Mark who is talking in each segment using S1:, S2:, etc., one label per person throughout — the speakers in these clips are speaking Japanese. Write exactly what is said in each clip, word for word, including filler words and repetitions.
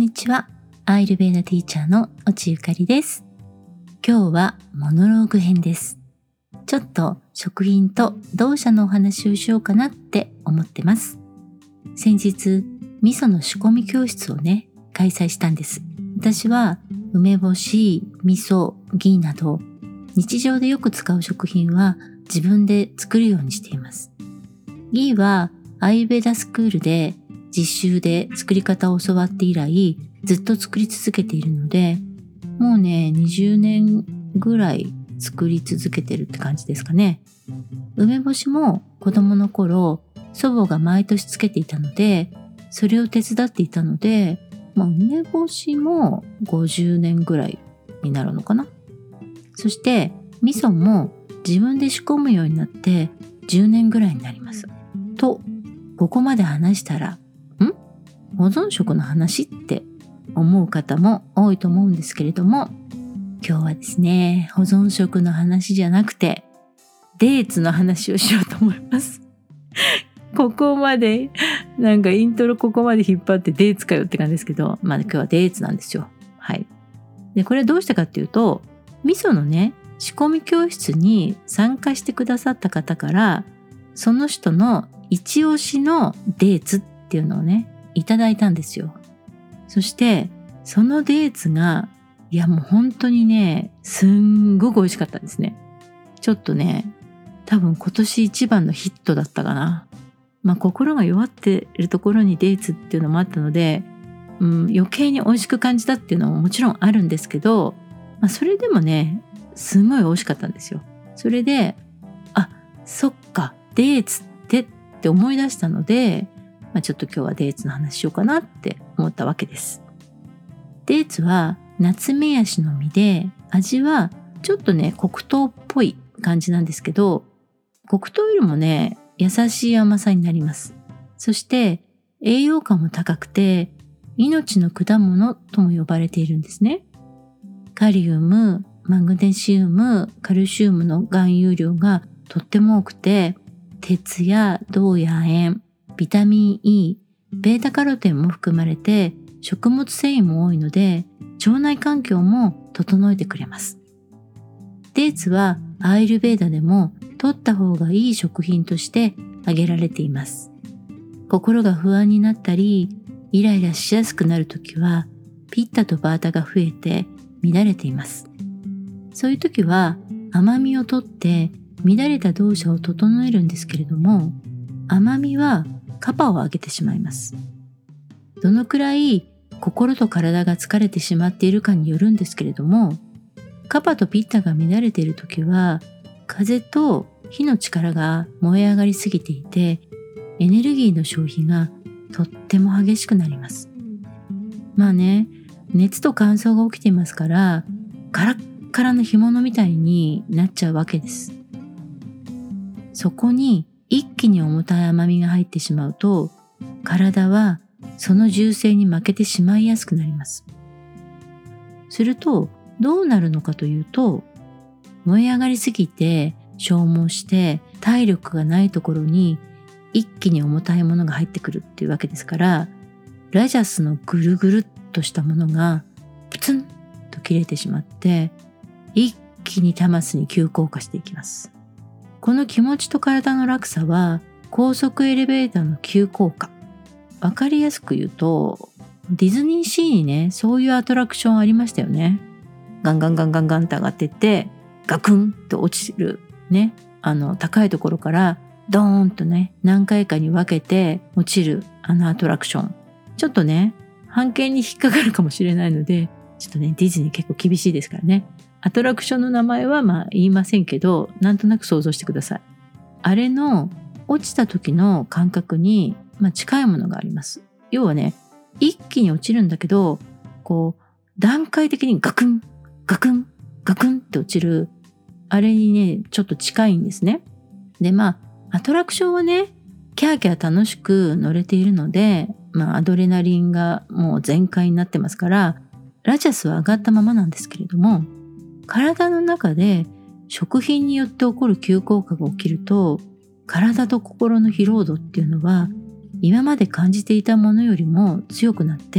S1: にちは。アイルベーダティーチャーの越ゆかりです。今日はモノローグ編です。ちょっと食品と動作のお話をしようかなって思ってます。先日、味噌の仕込み教室をね、開催したんです。私は梅干し、味噌、ギーなど日常でよく使う食品は自分で作るようにしています。ギーはアイルベーダスクールで実習で作り方を教わって以来ずっと作り続けているので、もうねにじゅうねんぐらい作り続けてるって感じですかね。梅干しも子供の頃祖母が毎年つけていたので、それを手伝っていたので、まあ、梅干しもごじゅうねんぐらいになるのかな。そして味噌も自分で仕込むようになってじゅうねんぐらいになります。と、ここまで話したらん保存食の話って思う方も多いと思うんですけれども、今日はですね、保存食の話じゃなくてデーツの話をしようと思います。ここまでなんかイントロここまで引っ張ってデーツかよって感じですけど、まあ今日はデーツなんですよ。はい。で、これはどうしたかっていうと、味噌のね、仕込み教室に参加してくださった方から、その人の一押しのデーツっていうのをね、いただいたんですよ。そしてそのデーツが、いやもう本当にね、すんごく美味しかったんですね。ちょっとね、多分今年一番のヒットだったかな。まあ心が弱っているところにデーツっていうのもあったので、うん、余計に美味しく感じたっていうのももちろんあるんですけど、まあ、それでもね、すごい美味しかったんですよ。それで、あ、そっか、デーツってって思い出したので、まあ、ちょっと今日はデーツの話しようかなって思ったわけです。デーツはナツメヤシの実で、味はちょっとね黒糖っぽい感じなんですけど、黒糖よりもね優しい甘さになります。そして栄養価も高くて命の果物とも呼ばれているんですね。カリウム、マグネシウム、カルシウムの含有量がとっても多くて、鉄や銅や塩、ビタミン E、ベータカロテンも含まれて、食物繊維も多いので、腸内環境も整えてくれます。デーツはアーユルヴェーダでも取った方がいい食品として挙げられています。心が不安になったり、イライラしやすくなるときは、ピッタとバータが増えて乱れています。そういうときは甘みをとって乱れた動作を整えるんですけれども、甘みはカパを上げてしまいます。どのくらい心と体が疲れてしまっているかによるんですけれども、カパとピッタが乱れているときは、風と火の力が燃え上がりすぎていて、エネルギーの消費がとっても激しくなります。まあね、熱と乾燥が起きていますから、カラッカラの干物みたいになっちゃうわけです。そこに一気に重たい甘みが入ってしまうと、体はその銃声に負けてしまいやすくなります。するとどうなるのかというと、燃え上がりすぎて消耗して体力がないところに一気に重たいものが入ってくるっていうわけですから、ラジャスのぐるぐるっとしたものがプツンと切れてしまって、一気にタマスに急降下していきます。この気持ちと体の落差は高速エレベーターの急降下。わかりやすく言うと、ディズニーシーにね、そういうアトラクションありましたよね。ガンガンガンガンガンって上がっていって、ガクンと落ちるね、あの高いところからドーンとね、何回かに分けて落ちるあのアトラクション。ちょっとね、判権に引っかかるかもしれないので、ちょっとね、ディズニー結構厳しいですからね。アトラクションの名前はまあ言いませんけど、なんとなく想像してください。あれの落ちた時の感覚に、まあ、近いものがあります。要はね、一気に落ちるんだけど、こう段階的にガクンガクンガクンって落ちる、あれにねちょっと近いんですね。で、まあアトラクションはね、キャーキャー楽しく乗れているので、まあアドレナリンがもう全開になってますから、ラジャスは上がったままなんですけれども、体の中で食品によって起こる急降下が起きると、体と心の疲労度っていうのは今まで感じていたものよりも強くなって、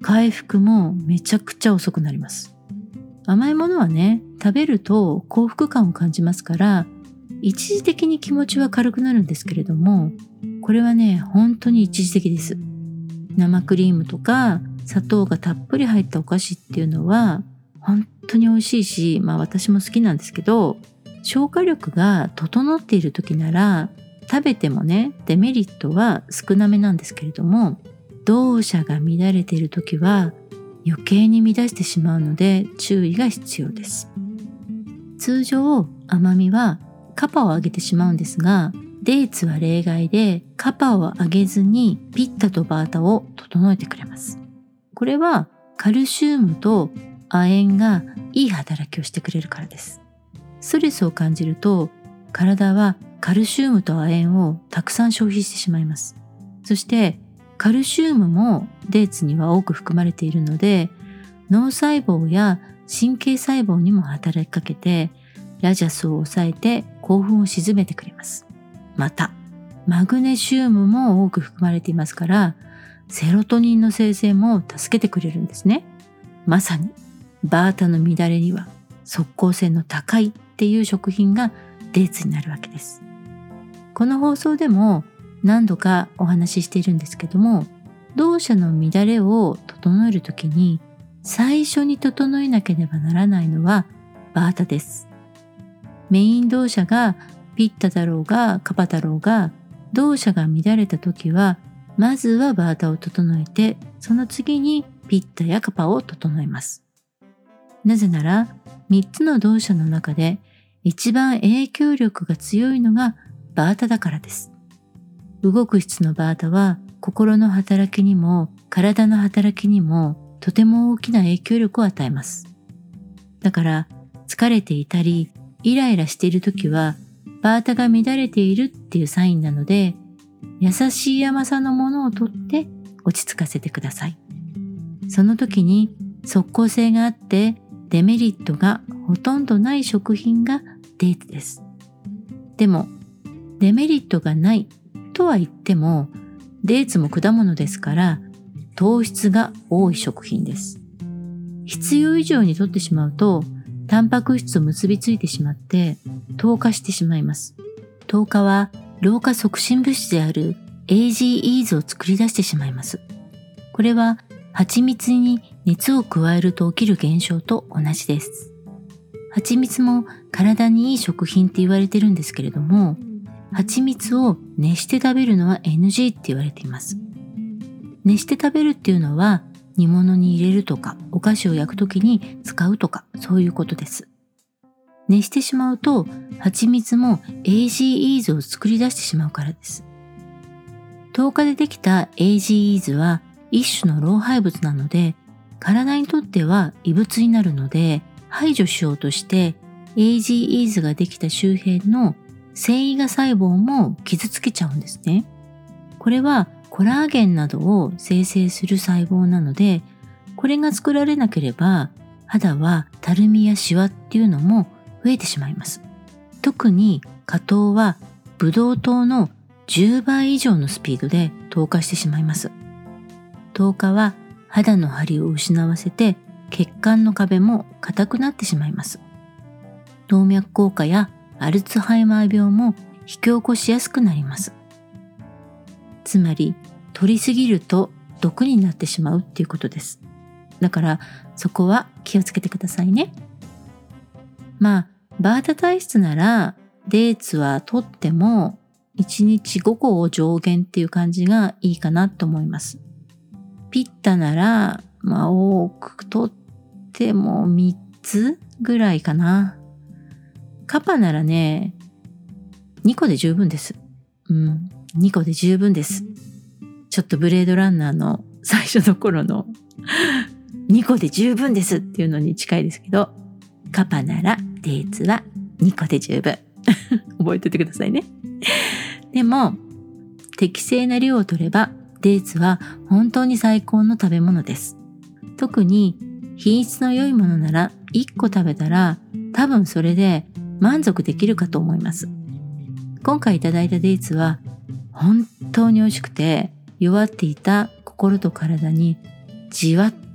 S1: 回復もめちゃくちゃ遅くなります。甘いものはね、食べると幸福感を感じますから、一時的に気持ちは軽くなるんですけれども、これはね、本当に一時的です。生クリームとか砂糖がたっぷり入ったお菓子っていうのは本当に美味しいし、まあ私も好きなんですけど、消化力が整っている時なら食べてもね、デメリットは少なめなんですけれども、動作が乱れている時は余計に乱してしまうので注意が必要です。通常甘みはカパを上げてしまうんですが、デーツは例外でカパを上げずにピッタとバータを整えてくれます。これはカルシウムと亜鉛がいい働きをしてくれるからです。ストレスを感じると体はカルシウムと亜鉛をたくさん消費してしまいます。そしてカルシウムもデーツには多く含まれているので、脳細胞や神経細胞にも働きかけてラジャスを抑えて興奮を鎮めてくれます。またマグネシウムも多く含まれていますから、セロトニンの生成も助けてくれるんですね。まさにバータの乱れには即効性の高いっていう食品がデーツになるわけです。この放送でも何度かお話ししているんですけども、動作の乱れを整えるときに最初に整えなければならないのはバータです。メイン動作がピッタだろうがカパだろうが、動作が乱れたときはまずはバータを整えて、その次にピッタやカパを整えます。なぜならみっつの動作の中で一番影響力が強いのがバータだからです。動く質のバータは心の働きにも体の働きにもとても大きな影響力を与えます。だから疲れていたりイライラしているときはバータが乱れているっていうサインなので、優しい甘さのものをとって落ち着かせてください。その時に即効性があってデメリットがほとんどない食品がデーツです。でもデメリットがないとは言っても、デーツも果物ですから糖質が多い食品です。必要以上に摂ってしまうとタンパク質と結びついてしまって糖化してしまいます。糖化は老化促進物質である エージーイーズ を作り出してしまいます。これは蜂蜜に熱を加えると起きる現象と同じです。蜂蜜も体にいい食品って言われてるんですけれども、蜂蜜を熱して食べるのは エヌジー って言われています。熱して食べるっていうのは煮物に入れるとかお菓子を焼くときに使うとか、そういうことです。熱してしまうと蜂蜜も エージーイーズ を作り出してしまうからです。糖化でできた エージーイーズ は一種の老廃物なので、体にとっては異物になるので排除しようとして エージーイーズ ができた周辺の繊維芽細胞も傷つけちゃうんですね。これはコラーゲンなどを生成する細胞なので、これが作られなければ肌はたるみやシワっていうのも増えてしまいます。特に果糖はブドウ糖のじゅうばい以上のスピードで糖化してしまいます。糖化は肌の張りを失わせて血管の壁も硬くなってしまいます。動脈硬化やアルツハイマー病も引き起こしやすくなります。つまり摂りすぎると毒になってしまうっていうことです。だからそこは気をつけてくださいね。まあバータ体質ならデーツは摂ってもいちにちごこを上限っていう感じがいいかなと思います。ピッタならまあ多く摂ってもみっつぐらいかな。カパならねにこで十分です。うん、にこで十分です。ちょっとブレードランナーの最初の頃のにこで十分ですっていうのに近いですけど、カパならデーツはにこで十分覚えておいてくださいね。でも適正な量を取ればデーツは本当に最高の食べ物です。特に品質の良いものならいっこ食べたら多分それで満足できるかと思います。今回いただいたデーツは本当に美味しくて、弱っていた心と体にじわっ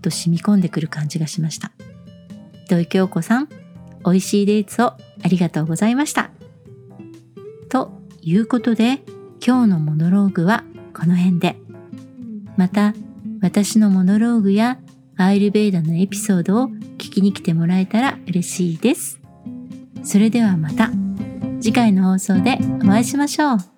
S1: と染み込んでくる感じがしました。土井京子さん、美味しいデーツをありがとうございました。ということで、今日のモノローグはこの辺で。また、私のモノローグやアーユルヴェーダのエピソードを聞きに来てもらえたら嬉しいです。それではまた次回の放送でお会いしましょう。